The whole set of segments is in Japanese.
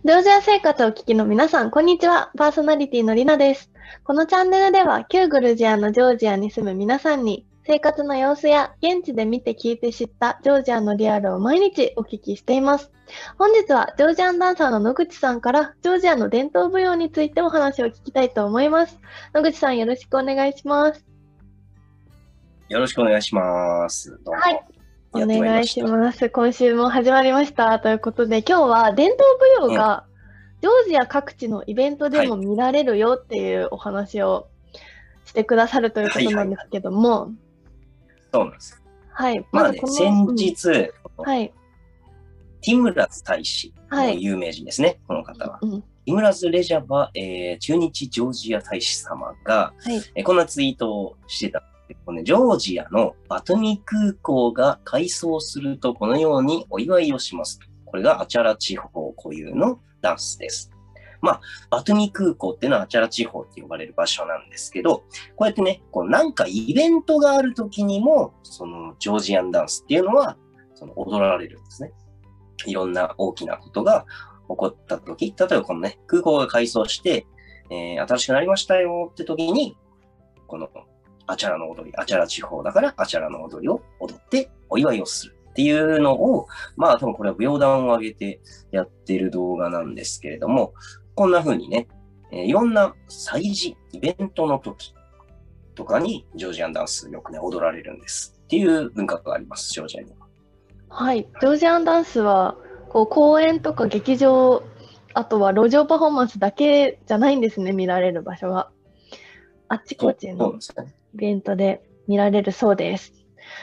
ジョージア生活をお聞きの皆さん、こんにちは。パーソナリティのりなです。このチャンネルでは、旧グルジアのジョージアに住む皆さんに、生活の様子や現地で見て聞いて知ったジョージアのリアルを毎日お聞きしています。本日は、ジョージアンダンサーの野口さんから、ジョージアの伝統舞踊についてお話を聞きたいと思います。野口さん、よろしくお願いします。 よろしくお願いします。どうも。 はい。おやってまいり願いました。 します。今週も始まりました。ということで、今日は伝統舞踊うん。 がジョージア各地のイベントではい。 も見られるよっていうお話をしてくださるというこはいとはいはい。 なんですけども、 そうなんです。 はい。ままあね、 ずこの、 先日、 はい。 ティムラズ大使、 はい。 有名人ですね、この方は。 うん。 ティムラズ・レジャバ、駐日ジョージア大使様が、 はい。 こんなツイートをしてた。ジョージアのバトミ空港が改装するとこのようにお祝いをします。これがアチャラ地方固有のダンスです。まあ、バトミ空港っていうのはアチャラ地方って呼ばれる場所なんですけど、こうやってね、なんかイベントがある時にも、そのジョージアンダンスっていうのは、踊られるんですね。いろんな大きなことが起こった時、例えばこのね、空港が改装して、新しくなりましたよって時に、このアチャラの踊り、アチャラ地方だからアチャラの踊りを踊ってお祝いをするっていうのを、まあ多分これは舞踊団を上げてやってる動画なんですけれども、こんな風にね、いろんな祭事、イベントの時とかにジョージアンダンスよくね、踊られるんですっていう文化があります、ジョージアには。 はい。ジョージアンダンスは、公園とか劇場、あとは路上パフォーマンスだけじゃないんですね、見られる場所が。あっちこっちそうなんのですね。 イベントで見られるそうです。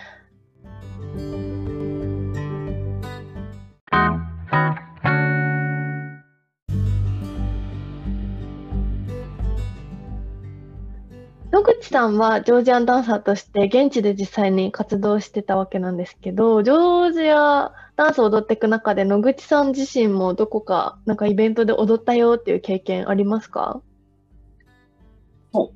野口さんはジョージアンダンサーとして現地で実際に活動してたわけなんですけど、ジョージアダンスを踊っていく中で野口さん自身もどこかなんかイベントで踊ったよっていう経験ありますか？ そう。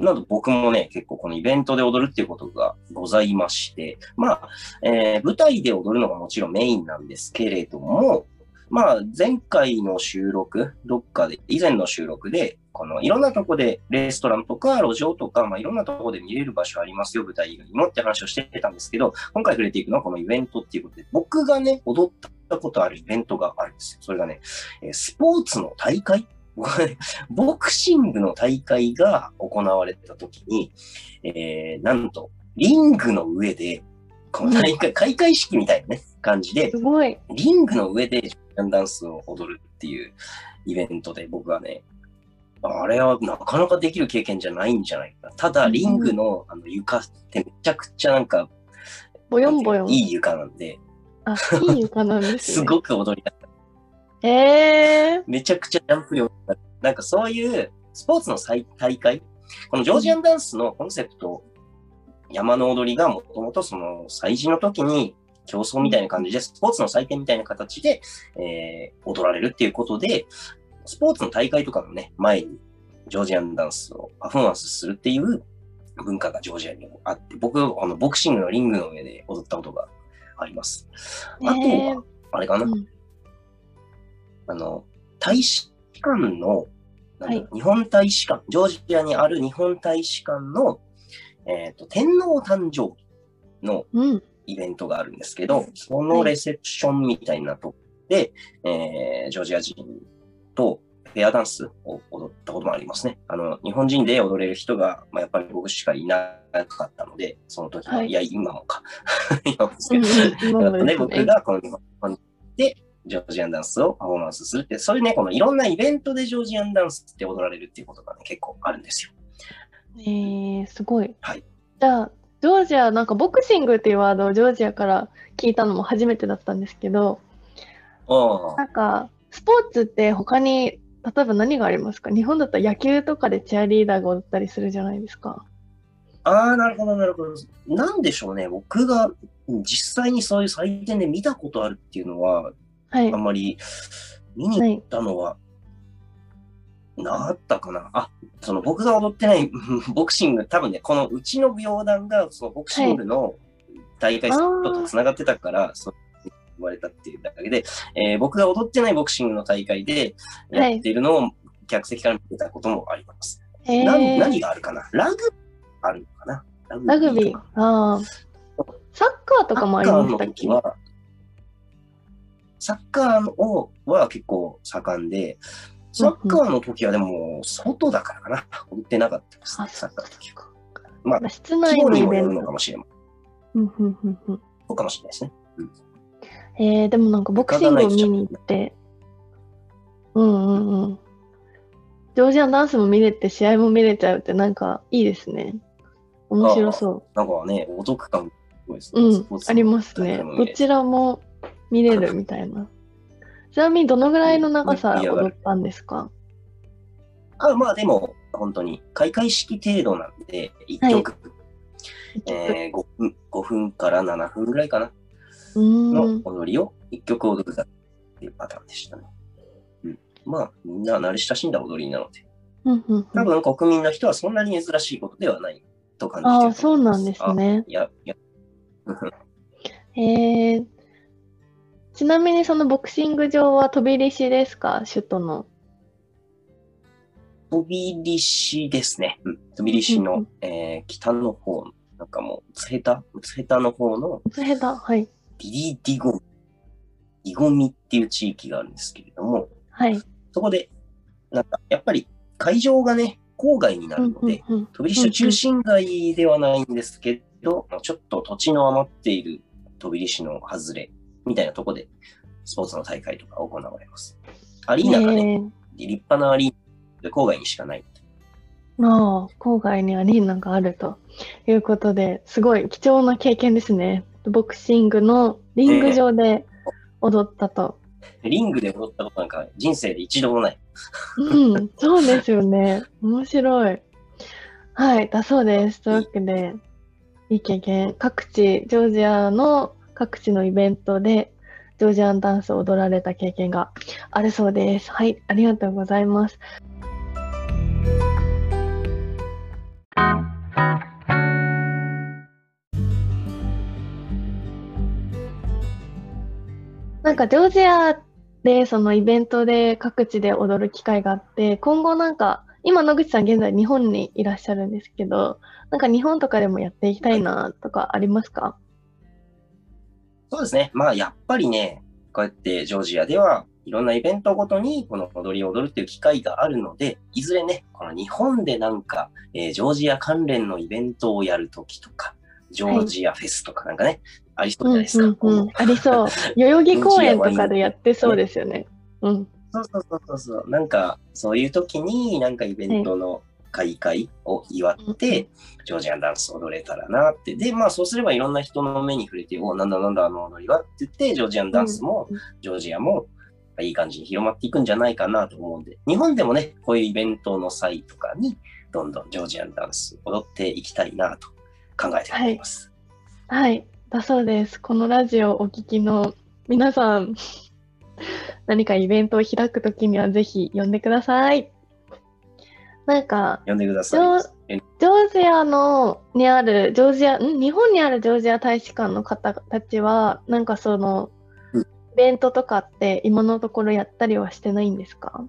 など僕もね、結構このイベントで踊るっていうことがございまして、まあ、舞台で踊るのがもちろんメインなんですけれども、まあ、前回の収録、どっかで、以前の収録で、いろんなとこで、レストランとか路上とか、まあ、いろんなとこで見れる場所ありますよ、舞台以外にもって話をしてたんですけど、今回触れていくのはこのイベントっていうことで、僕がね、踊ったことあるイベントがあるんですよ。それがね、スポーツの大会ボクシングの大会が行われた時に、なんと、リングの上で、このうん、 大会、開会式みたいなね、感じで、 すごい。 リングの上でジャンダンスを踊るっていうイベントで、僕はね、あれはなかなかできる経験じゃないんじゃないかな。ただ、リンうん、 グの床ってめちゃくちゃなんか、 ボヨなんていうの、 ンボヨン。 いい床なんで、 あ、いい床なんですね。 すごく踊りたい。 えー、 めちゃくちゃジャンプ力がある。なんかそういうスポーツの大会、このジョージアうん、 ンダンスのコンセプト、山の踊りがもともとその祭事の時に競争みたいな感じで、スポーツの祭典みたいな形で、踊られるっていうことで、スポーツの大会とかのね、前にジョージアンダンスをパフォーマンスするっていう文化がジョージアにもあって、僕、ボクシングのリングの上で踊ったことがあります。あとは、 えー、 あれかな、 うん、 あの、大使館の、なんはい。 だろう、日本大使館、ジョージアにある日本大使館の、天皇誕生日のうん、 イベントがあるんですけど、そのはい。 レセプションみたいなとこで、ジョージア人とペアダンスを踊ったこともありますね。日本人で踊れる人が、まあ、やっぱり僕しかいなかったので、その時は、いはい。 や、今もか。今もですけど、 うんうん、今もだったね、 ですね。 僕がこの日本でジョージアンダンスをパフォーマンスするって、そういうね、このいろんなイベントでジョージアンダンスって踊られるっていうことがね、結構あるんですよ。 すごい。 はい。 じゃあ、ジョージア、なんかボクシングっていうワードをジョージアから聞いたのも初めてだったんですけど、 あなんか、スポーツって他に、例えば何がありますか？日本だったら野球とかでチアリーダーが踊ったりするじゃないですか。 あー、なるほど、なるほど。なんでしょうね。僕が実際にそういう祭典で見たことあるっていうのは、 はい。 あんまり見に行っはい。 たのはなったかな。あ、その僕が踊ってないボクシング、多分ね、このうちの舞踊団がそのボクシはい。 ングの大会あとあ、 繋がってたから、 生まれたっていうだけで、僕が踊ってないボクシングの大会でやっているのを客席から見てたこともあります。何があるかな、ラグビーあるのかな。 ラグビー。ああ。サッカーとかもありましたっけ？ サッカーは結構盛んで、サッカーの時はでも外だからかな。踊ってなかったですね、サッカーの時は。まあ、 室内のイベント。 規模にもよるのかもしれない。そうかもしれないですね。でもなんかボクシングを見に行って、ジョージアンダンスも見れて、試合も見れちゃうってなんかいいですね。面白そう。 なんかね、お得感ですね。ありますね。どちらも見れるみたいな。ちなみにどのぐらいの長さ踊ったんですか？ まあでも、本当に開会式程度なんで、1曲、5分から7分ぐらいかなの踊りを1曲踊るだっていうパターンでしたね。まあ、みんな慣れ親しんだ踊りなので、多分国民の人はそんなに珍しいことではないと感じています。 そうなんですね。ちなみにそのボクシング場は飛び入り市ですか？首都の。 飛び入り市ですね。飛び入り市の、北の方、なんかもう、うつへたの方の、 はい。 ビリディゴミっていう地域があるんですけれども、 はい。 そこで、なんか、やっぱり会場がね、郊外になるので、飛び入り市の中心街ではないんですけど、ちょっと土地の余っている飛び入り市の外れみたいなところで、スポーツの大会とか行われます。アリーナがね、立派なアリーナで郊外にしかない。 郊外にアリーナがあるということで、すごい貴重な経験ですね。ボクシングのリング上で踊ったと。 リングで踊ったことなんか人生で一度もない。 そうですよね。面白い。はい、だそうです。というわけで、いい経験。各地、ジョージアの各地のイベントで、ジョージアンダンスを踊られた経験があるそうです。はい、ありがとうございます。なんかジョージアでそのイベントで各地で踊る機会があって、今後なんか、今野口さん現在日本にいらっしゃるんですけど、なんか日本とかでもやっていきたいなとかありますか？ そうですね。まあやっぱりね、こうやってジョージアではいろんなイベントごとにこの踊りを踊るっていう機会があるので、いずれね、この日本でなんか、ジョージア関連のイベントをやるときとか、ジョージアフェスとかなんかね、ありそうじゃないですか。 ありそう。代々木公園とかでやってそうですよね。 そう。なんか、そういうときになんかイベントの開会を祝って、ジョージアンダンス踊れたらなって。で、まあそうすればいろんな人の目に触れて、なんだあの踊りはって言って、ジョージアンダンスも、ジョージアもいい感じに広まっていくんじゃないかなと思うんで、日本でもね、こういうイベントの際とかに、どんどんジョージアンダンス踊っていきたいなと考えております。 はい、だそうです。このラジオをお聞きの皆さん、何かイベントを開くときにはぜひ呼んでください。なんか、 呼んでください。 ジョージアにある、日本にあるジョージア大使館の方たちは、なんかその、イベントとかって今のところやったりはしてないんですか？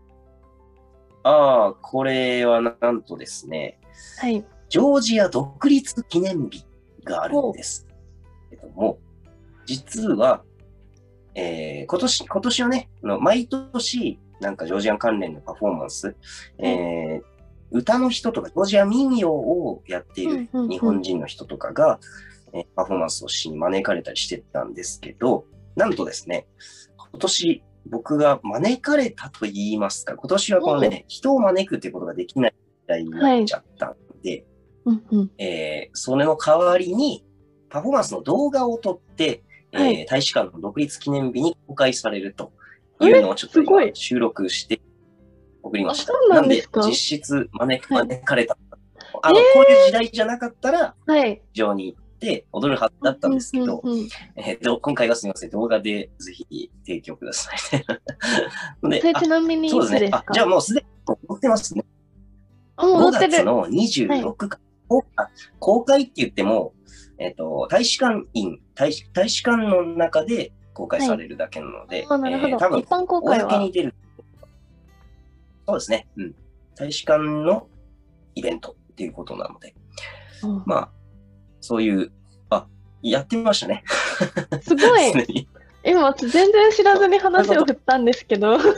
これはなんとですね、 はい。 ジョージア独立記念日があるんですけども、実は、今年はね、毎年、なんかジョージアン関連のパフォーマンス、歌の人とか、ジョージア民謡をやっている日本人の人とかが、パフォーマンスをしに招かれたりしてたんですけど、なんとですね、今年僕が招かれたと言いますか、今年はこのね、人を招くっていうことができないみたいになっちゃったんで、それの代わりに、パフォーマンスの動画を撮って、大使館の独立記念日に公開されるというのをちょっと今収録して送りました。なんで実質招かれた。こういう時代じゃなかったら、非常に行って踊るはずだったんですけど、今回はすみません、動画でぜひ提供ください。 それちなみにそうですね。じゃあもうすでに踊ってますね。5月の26日、公開って言っても、大使館の中で公開されるだけなので、 なるほど。 多分、 一般公開は公に出る。そうですね。うん。大使館のイベントっていうことなので、まあ、そういう、やってみましたね。 すごい。今、全然知らずに話を振ったんですけど。 そう、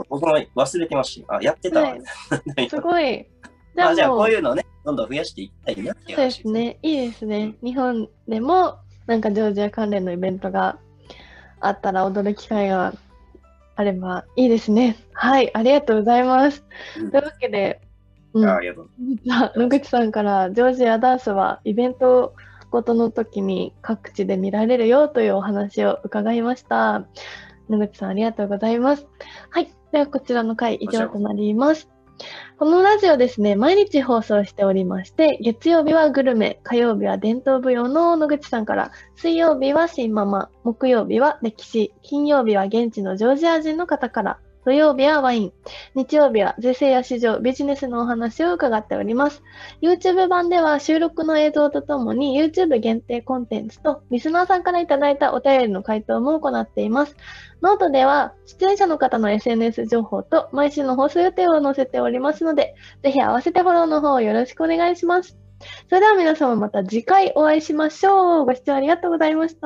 僕も忘れてました。やってたわ。 すごい。 じゃあこういうのをね、どんどん増やしていきたいなっていう話ですね。 そうですね。いいですね。日本でも、なんかジョージア関連のイベントがあったら踊る機会があればいいですね。はい、ありがとうございます。というわけで、 ありがとう。 野口さんからジョージアダンスはイベントごとの時に各地で見られるよというお話を伺いました。野口さんありがとうございます。はい、ではこちらの回以上となります。このラジオですね、毎日放送しておりまして、月曜日はグルメ、火曜日は伝統舞踊の野口さんから、水曜日は新ママ、木曜日は歴史、金曜日は現地のジョージア人の方から、土曜日はワイン、日曜日は税制や市場、ビジネスのお話を伺っております。YouTube 版では収録の映像とともに YouTube 限定コンテンツとリスナーさんからいただいたお便りの回答も行っています。ノートでは出演者の方の SNS 情報と毎週の放送予定を載せておりますので、ぜひ合わせてフォローの方よろしくお願いします。それでは皆様また次回お会いしましょう。ご視聴ありがとうございました。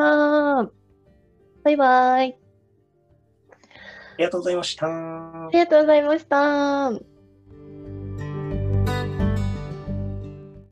バイバイ。 ありがとうございました。 ありがとうございました。